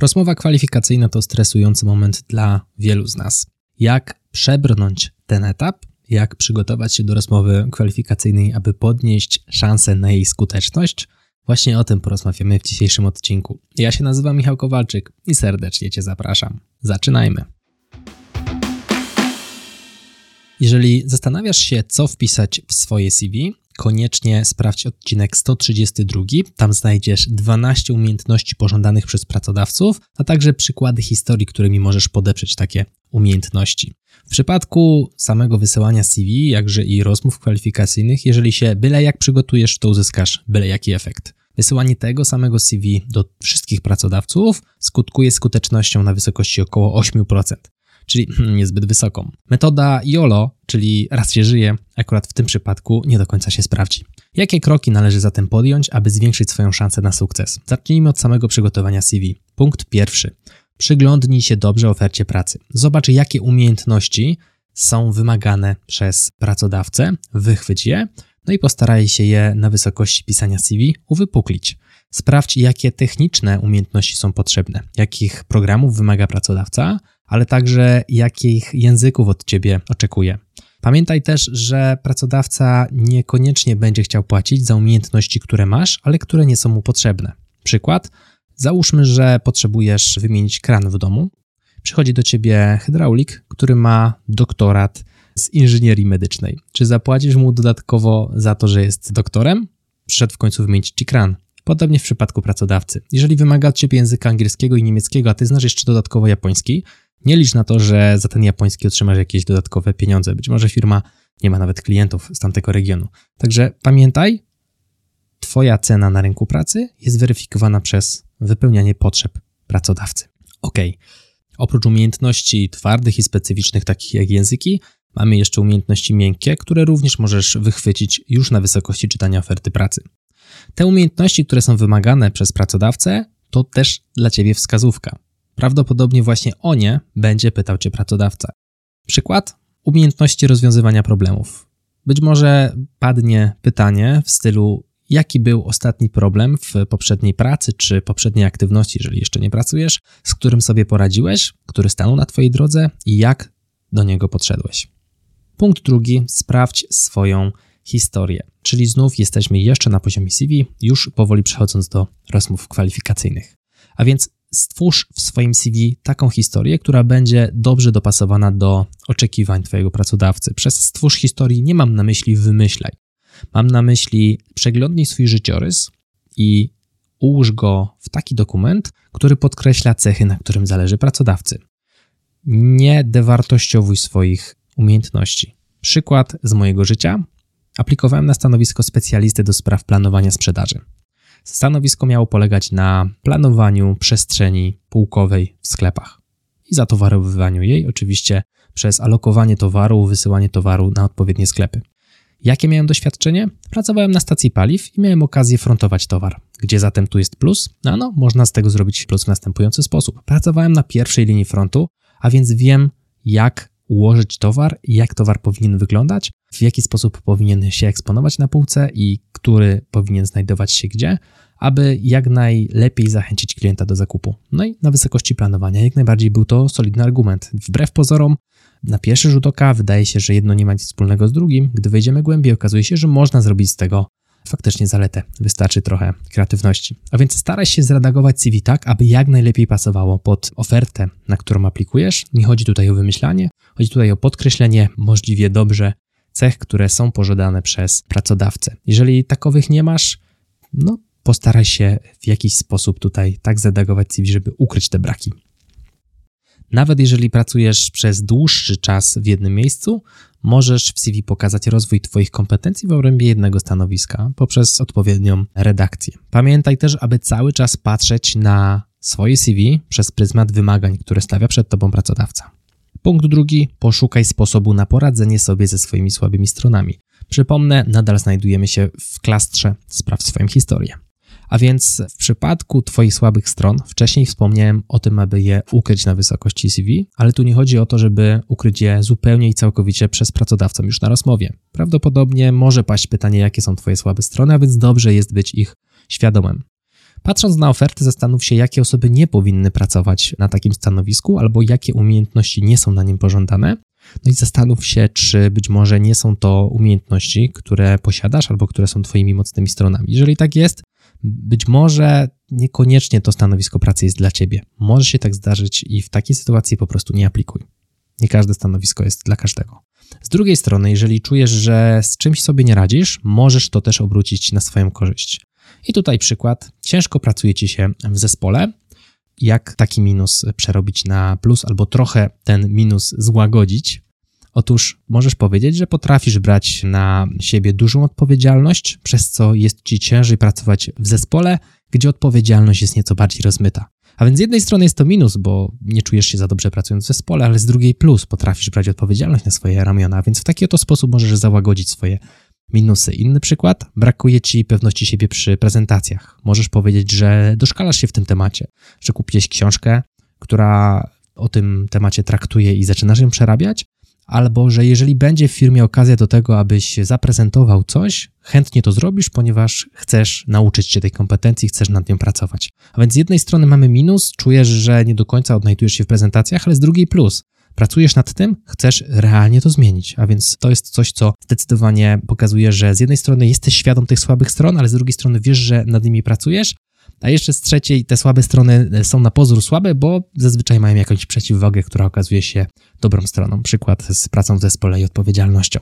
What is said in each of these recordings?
Rozmowa kwalifikacyjna to stresujący moment dla wielu z nas. Jak przebrnąć ten etap? Jak przygotować się do rozmowy kwalifikacyjnej, aby podnieść szansę na jej skuteczność? Właśnie o tym porozmawiamy w dzisiejszym odcinku. Ja się nazywam Michał Kowalczyk i serdecznie Cię zapraszam. Zaczynajmy! Jeżeli zastanawiasz się, co wpisać w swoje CV, koniecznie sprawdź odcinek 132. Tam znajdziesz 12 umiejętności pożądanych przez pracodawców, a także przykłady historii, którymi możesz podeprzeć takie umiejętności. W przypadku samego wysyłania CV, jakże i rozmów kwalifikacyjnych, jeżeli się byle jak przygotujesz, to uzyskasz byle jaki efekt. Wysyłanie tego samego CV do wszystkich pracodawców skutkuje skutecznością na wysokości około 8%. Czyli niezbyt wysoką. Metoda YOLO, czyli raz się żyje, akurat w tym przypadku nie do końca się sprawdzi. Jakie kroki należy zatem podjąć, aby zwiększyć swoją szansę na sukces? Zacznijmy od samego przygotowania CV. Punkt pierwszy. Przyglądnij się dobrze ofercie pracy. Zobacz, jakie umiejętności są wymagane przez pracodawcę, wychwyć je, no i postaraj się je na wysokości pisania CV uwypuklić. Sprawdź, jakie techniczne umiejętności są potrzebne, jakich programów wymaga pracodawca, ale także jakich języków od Ciebie oczekuje. Pamiętaj też, że pracodawca niekoniecznie będzie chciał płacić za umiejętności, które masz, ale które nie są mu potrzebne. Przykład, załóżmy, że potrzebujesz wymienić kran w domu. Przychodzi do Ciebie hydraulik, który ma doktorat z inżynierii medycznej. Czy zapłacisz mu dodatkowo za to, że jest doktorem? Przyszedł w końcu wymienić Ci kran. Podobnie w przypadku pracodawcy. Jeżeli wymaga od Ciebie języka angielskiego i niemieckiego, a Ty znasz jeszcze dodatkowo japoński, nie licz na to, że za ten japoński otrzymasz jakieś dodatkowe pieniądze. Być może firma nie ma nawet klientów z tamtego regionu. Także pamiętaj, Twoja cena na rynku pracy jest weryfikowana przez wypełnianie potrzeb pracodawcy. Oprócz umiejętności twardych i specyficznych, takich jak języki, mamy jeszcze umiejętności miękkie, które również możesz wychwycić już na wysokości czytania oferty pracy. Te umiejętności, które są wymagane przez pracodawcę, to też dla Ciebie wskazówka. Prawdopodobnie właśnie o nie będzie pytał Cię pracodawca. Przykład? Umiejętności rozwiązywania problemów. Być może padnie pytanie w stylu, jaki był ostatni problem w poprzedniej pracy czy poprzedniej aktywności, jeżeli jeszcze nie pracujesz, z którym sobie poradziłeś, który stanął na Twojej drodze i jak do niego podszedłeś. Punkt drugi, sprawdź swoją historię, czyli znów jesteśmy jeszcze na poziomie CV, już powoli przechodząc do rozmów kwalifikacyjnych. A więc stwórz w swoim CV taką historię, która będzie dobrze dopasowana do oczekiwań Twojego pracodawcy. Przez stwórz historii nie mam na myśli wymyślaj. Mam na myśli przeglądnij swój życiorys i ułóż go w taki dokument, który podkreśla cechy, na którym zależy pracodawcy. Nie dewartościowuj swoich umiejętności. Przykład z mojego życia. Aplikowałem na stanowisko specjalisty do spraw planowania sprzedaży. Stanowisko miało polegać na planowaniu przestrzeni półkowej w sklepach i zatowarowywaniu jej, oczywiście przez alokowanie towaru, wysyłanie towaru na odpowiednie sklepy. Jakie miałem doświadczenie? Pracowałem na stacji paliw i miałem okazję frontować towar. Gdzie zatem tu jest plus? Można z tego zrobić plus w następujący sposób. Pracowałem na pierwszej linii frontu, a więc wiem, jak ułożyć towar, jak towar powinien wyglądać, w jaki sposób powinien się eksponować na półce i który powinien znajdować się gdzie, aby jak najlepiej zachęcić klienta do zakupu. No i na wysokości planowania jak najbardziej był to solidny argument. Wbrew pozorom, na pierwszy rzut oka wydaje się, że jedno nie ma nic wspólnego z drugim. Gdy wejdziemy głębiej, okazuje się, że można zrobić z tego faktycznie zaletę. Wystarczy trochę kreatywności. A więc staraj się zredagować CV tak, aby jak najlepiej pasowało pod ofertę, na którą aplikujesz. Nie chodzi tutaj o wymyślanie, chodzi tutaj o podkreślenie możliwie dobrze cech, które są pożądane przez pracodawcę. Jeżeli takowych nie masz, postaraj się w jakiś sposób tutaj tak zredagować CV, żeby ukryć te braki. Nawet jeżeli pracujesz przez dłuższy czas w jednym miejscu, możesz w CV pokazać rozwój Twoich kompetencji w obrębie jednego stanowiska poprzez odpowiednią redakcję. Pamiętaj też, aby cały czas patrzeć na swoje CV przez pryzmat wymagań, które stawia przed Tobą pracodawca. Punkt drugi, poszukaj sposobu na poradzenie sobie ze swoimi słabymi stronami. Przypomnę, nadal znajdujemy się w klastrze Sprawdź swoją historię. A więc w przypadku Twoich słabych stron, wcześniej wspomniałem o tym, aby je ukryć na wysokości CV, ale tu nie chodzi o to, żeby ukryć je zupełnie i całkowicie przez pracodawcę już na rozmowie. Prawdopodobnie może paść pytanie, jakie są Twoje słabe strony, a więc dobrze jest być ich świadomym. Patrząc na oferty, zastanów się, jakie osoby nie powinny pracować na takim stanowisku albo jakie umiejętności nie są na nim pożądane. No i zastanów się, czy być może nie są to umiejętności, które posiadasz albo które są twoimi mocnymi stronami. Jeżeli tak jest, być może niekoniecznie to stanowisko pracy jest dla ciebie. Może się tak zdarzyć i w takiej sytuacji po prostu nie aplikuj. Nie każde stanowisko jest dla każdego. Z drugiej strony, jeżeli czujesz, że z czymś sobie nie radzisz, możesz to też obrócić na swoją korzyść. I tutaj przykład. Ciężko pracuje ci się w zespole. Jak taki minus przerobić na plus albo trochę ten minus złagodzić? Otóż możesz powiedzieć, że potrafisz brać na siebie dużą odpowiedzialność, przez co jest ci ciężej pracować w zespole, gdzie odpowiedzialność jest nieco bardziej rozmyta. A więc z jednej strony jest to minus, bo nie czujesz się za dobrze pracując w zespole, ale z drugiej plus, potrafisz brać odpowiedzialność na swoje ramiona, więc w taki oto sposób możesz załagodzić swoje minusy. Inny przykład, brakuje ci pewności siebie przy prezentacjach. Możesz powiedzieć, że doszkalasz się w tym temacie, że kupiłeś książkę, która o tym temacie traktuje i zaczynasz ją przerabiać, albo że jeżeli będzie w firmie okazja do tego, abyś zaprezentował coś, chętnie to zrobisz, ponieważ chcesz nauczyć się tej kompetencji, chcesz nad nią pracować. A więc z jednej strony mamy minus, czujesz, że nie do końca odnajdujesz się w prezentacjach, ale z drugiej plus. Pracujesz nad tym, chcesz realnie to zmienić, a więc to jest coś, co zdecydowanie pokazuje, że z jednej strony jesteś świadom tych słabych stron, ale z drugiej strony wiesz, że nad nimi pracujesz, a jeszcze z trzeciej te słabe strony są na pozór słabe, bo zazwyczaj mają jakąś przeciwwagę, która okazuje się dobrą stroną. Przykład z pracą w zespole i odpowiedzialnością.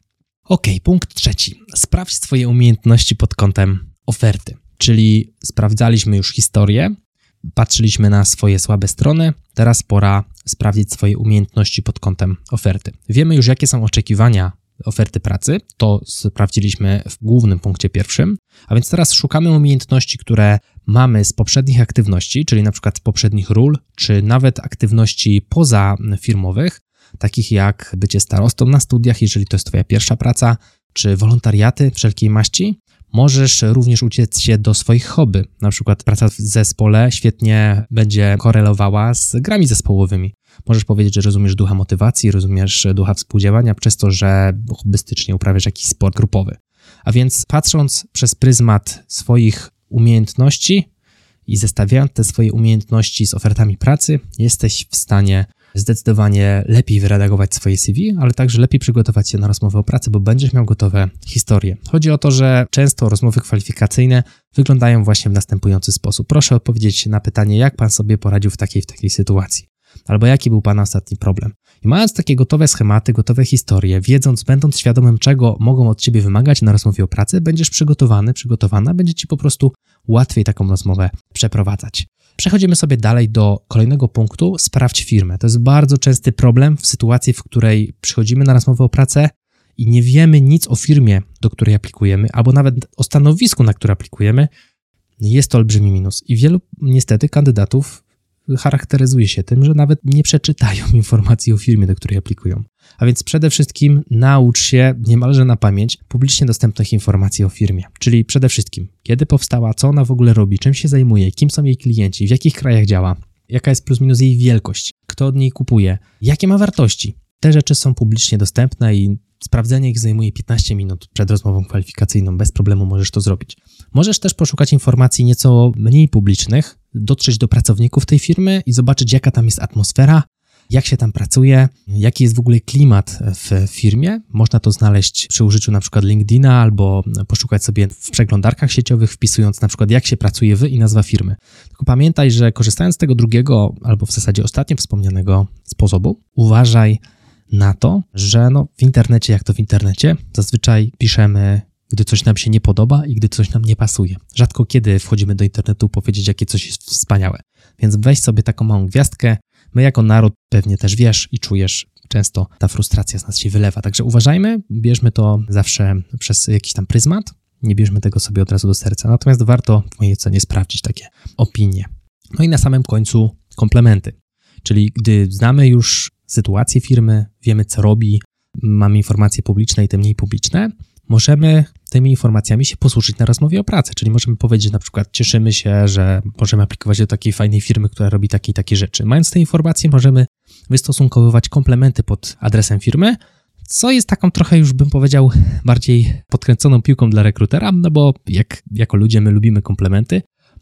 Punkt trzeci. Sprawdź swoje umiejętności pod kątem oferty, czyli sprawdzaliśmy już historię, patrzyliśmy na swoje słabe strony, teraz pora sprawdzić swoje umiejętności pod kątem oferty. Wiemy już, jakie są oczekiwania oferty pracy, to sprawdziliśmy w głównym punkcie pierwszym, a więc teraz szukamy umiejętności, które mamy z poprzednich aktywności, czyli na przykład z poprzednich ról, czy nawet aktywności pozafirmowych, takich jak bycie starostą na studiach, jeżeli to jest twoja pierwsza praca, czy wolontariaty wszelkiej maści. Możesz również uciec się do swoich hobby, na przykład praca w zespole świetnie będzie korelowała z grami zespołowymi. Możesz powiedzieć, że rozumiesz ducha motywacji, rozumiesz ducha współdziałania przez to, że hobbystycznie uprawiasz jakiś sport grupowy. A więc patrząc przez pryzmat swoich umiejętności i zestawiając te swoje umiejętności z ofertami pracy, jesteś w stanie zdecydowanie lepiej wyredagować swoje CV, ale także lepiej przygotować się na rozmowę o pracę, bo będziesz miał gotowe historie. Chodzi o to, że często rozmowy kwalifikacyjne wyglądają właśnie w następujący sposób. Proszę odpowiedzieć na pytanie, jak pan sobie poradził w takiej sytuacji, albo jaki był pana ostatni problem. I mając takie gotowe schematy, gotowe historie, będąc świadomym, czego mogą od ciebie wymagać na rozmowie o pracy, będziesz przygotowana, będzie ci po prostu łatwiej taką rozmowę przeprowadzać. Przechodzimy sobie dalej do kolejnego punktu, sprawdź firmę. To jest bardzo częsty problem w sytuacji, w której przychodzimy na rozmowę o pracę i nie wiemy nic o firmie, do której aplikujemy, albo nawet o stanowisku, na które aplikujemy. Jest to olbrzymi minus i wielu niestety kandydatów charakteryzuje się tym, że nawet nie przeczytają informacji o firmie, do której aplikują. A więc przede wszystkim naucz się niemalże na pamięć publicznie dostępnych informacji o firmie. Czyli przede wszystkim, kiedy powstała, co ona w ogóle robi, czym się zajmuje, kim są jej klienci, w jakich krajach działa, jaka jest plus minus jej wielkość, kto od niej kupuje, jakie ma wartości. Te rzeczy są publicznie dostępne i sprawdzenie ich zajmuje 15 minut przed rozmową kwalifikacyjną. Bez problemu możesz to zrobić. Możesz też poszukać informacji nieco mniej publicznych, dotrzeć do pracowników tej firmy i zobaczyć, jaka tam jest atmosfera, jak się tam pracuje, jaki jest w ogóle klimat w firmie. Można to znaleźć przy użyciu na przykład LinkedIna albo poszukać sobie w przeglądarkach sieciowych, wpisując na przykład, jak się pracuje i nazwa firmy. Tylko pamiętaj, że korzystając z tego drugiego albo w zasadzie ostatnio wspomnianego sposobu, uważaj na to, że w internecie, jak to w internecie, zazwyczaj piszemy, gdy coś nam się nie podoba i gdy coś nam nie pasuje. Rzadko kiedy wchodzimy do internetu powiedzieć, jakie coś jest wspaniałe. Więc weź sobie taką małą gwiazdkę. My jako naród pewnie też wiesz i czujesz, często ta frustracja z nas się wylewa. Także uważajmy, bierzmy to zawsze przez jakiś tam pryzmat, nie bierzmy tego sobie od razu do serca. Natomiast warto w mojej ocenie sprawdzić takie opinie. No i na samym końcu komplementy. Czyli gdy znamy już sytuację firmy, wiemy co robi, mamy informacje publiczne i te mniej publiczne, możemy tymi informacjami się posłużyć na rozmowie o pracy, czyli możemy powiedzieć, że na przykład cieszymy się, że możemy aplikować do takiej fajnej firmy, która robi takie i takie rzeczy. Mając te informacje, możemy wystosunkowywać komplementy pod adresem firmy, co jest taką trochę już bym powiedział bardziej podkręconą piłką dla rekrutera, bo jako ludzie my lubimy komplementy,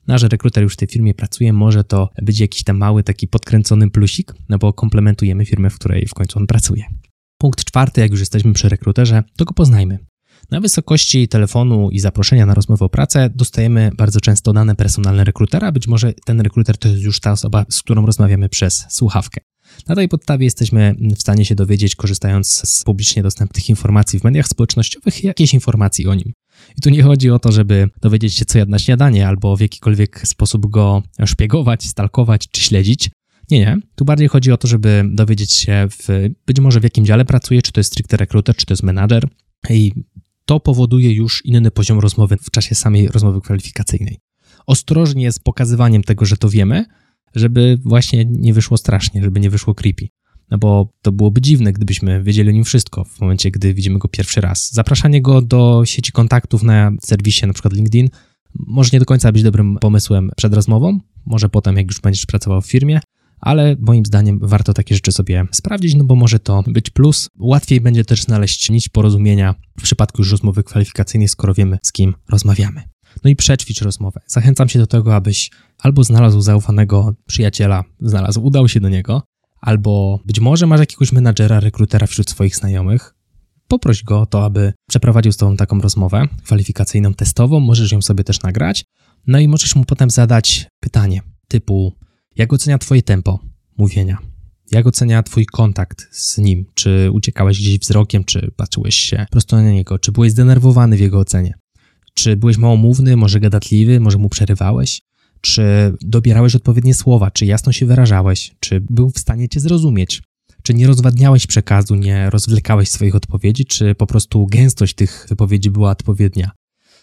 No a że rekruter już w tej firmie pracuje, może to być jakiś tam mały taki podkręcony plusik, no bo komplementujemy firmę, w której w końcu on pracuje. Punkt 4, jak już jesteśmy przy rekruterze, to go poznajmy. Na wysokości telefonu i zaproszenia na rozmowę o pracę dostajemy bardzo często dane personalne rekrutera. Być może ten rekruter to jest już ta osoba, z którą rozmawiamy przez słuchawkę. Na tej podstawie jesteśmy w stanie się dowiedzieć, korzystając z publicznie dostępnych informacji w mediach społecznościowych, jakieś informacji o nim. I tu nie chodzi o to, żeby dowiedzieć się, co jadł na śniadanie, albo w jakikolwiek sposób go szpiegować, stalkować czy śledzić. Nie. Tu bardziej chodzi o to, żeby dowiedzieć się być może w jakim dziale pracuje, czy to jest stricte rekruter, czy to jest menadżer. I to powoduje już inny poziom rozmowy w czasie samej rozmowy kwalifikacyjnej. Ostrożnie z pokazywaniem tego, że to wiemy, żeby właśnie nie wyszło strasznie, żeby nie wyszło creepy. No bo to byłoby dziwne, gdybyśmy wiedzieli o nim wszystko w momencie, gdy widzimy go pierwszy raz. Zapraszanie go do sieci kontaktów na serwisie, na przykład LinkedIn, może nie do końca być dobrym pomysłem przed rozmową, może potem, jak już będziesz pracował w firmie, ale moim zdaniem warto takie rzeczy sobie sprawdzić, no bo może to być plus. Łatwiej będzie też znaleźć nić porozumienia w przypadku już rozmowy kwalifikacyjnej, skoro wiemy, z kim rozmawiamy. No i przećwicz rozmowę. Zachęcam się do tego, abyś albo znalazł zaufanego przyjaciela, udał się do niego, albo być może masz jakiegoś menadżera, rekrutera wśród swoich znajomych. Poproś go o to, aby przeprowadził z tobą taką rozmowę kwalifikacyjną, testową, możesz ją sobie też nagrać, no i możesz mu potem zadać pytanie typu: jak ocenia twoje tempo mówienia? Jak ocenia twój kontakt z nim? Czy uciekałeś gdzieś wzrokiem, czy patrzyłeś się prosto na niego? Czy byłeś zdenerwowany w jego ocenie? Czy byłeś małomówny, może gadatliwy, może mu przerywałeś? Czy dobierałeś odpowiednie słowa? Czy jasno się wyrażałeś? Czy był w stanie cię zrozumieć? Czy nie rozwadniałeś przekazu, nie rozwlekałeś swoich odpowiedzi? Czy po prostu gęstość tych wypowiedzi była odpowiednia?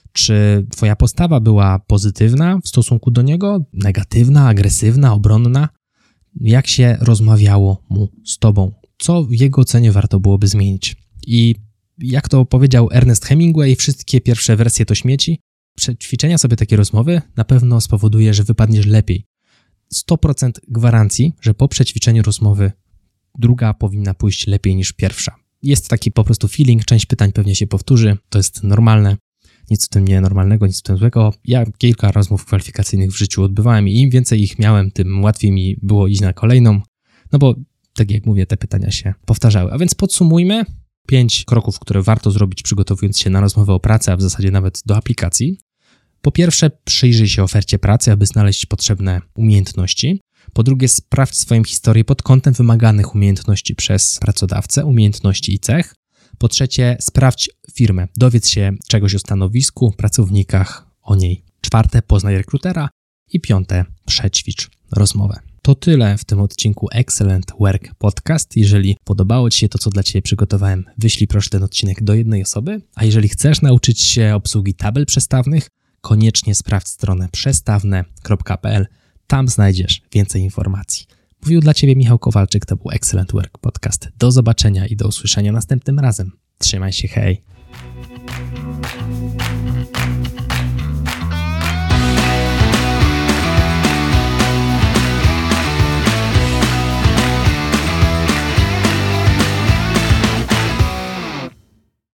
Czy twoja postawa była pozytywna w stosunku do niego? Negatywna, agresywna, obronna? Jak się rozmawiało mu z tobą? Co w jego ocenie warto byłoby zmienić? I jak to powiedział Ernest Hemingway, wszystkie pierwsze wersje to śmieci. Przećwiczenia sobie takiej rozmowy na pewno spowoduje, że wypadniesz lepiej. 100% gwarancji, że po przećwiczeniu rozmowy druga powinna pójść lepiej niż pierwsza. Jest taki po prostu feeling, część pytań pewnie się powtórzy, to jest normalne. Nic w tym nienormalnego, nic w tym złego. Ja kilka rozmów kwalifikacyjnych w życiu odbywałem i im więcej ich miałem, tym łatwiej mi było iść na kolejną, no bo tak jak mówię, te pytania się powtarzały. A więc podsumujmy 5 kroków, które warto zrobić, przygotowując się na rozmowę o pracę, a w zasadzie nawet do aplikacji. Po pierwsze, przyjrzyj się ofercie pracy, aby znaleźć potrzebne umiejętności. Po drugie, sprawdź swoją historię pod kątem wymaganych umiejętności przez pracodawcę, umiejętności i cech. Po trzecie, sprawdź firmę, dowiedz się czegoś o stanowisku, pracownikach, o niej. 4, poznaj rekrutera i 5, przećwicz rozmowę. To tyle w tym odcinku Excellent Work Podcast. Jeżeli podobało ci się to, co dla ciebie przygotowałem, wyślij proszę ten odcinek do jednej osoby, a jeżeli chcesz nauczyć się obsługi tabel przestawnych, koniecznie sprawdź stronę przestawne.pl. Tam znajdziesz więcej informacji. Mówił dla ciebie Michał Kowalczyk, to był Excellent Work Podcast. Do zobaczenia i do usłyszenia następnym razem. Trzymaj się, hej!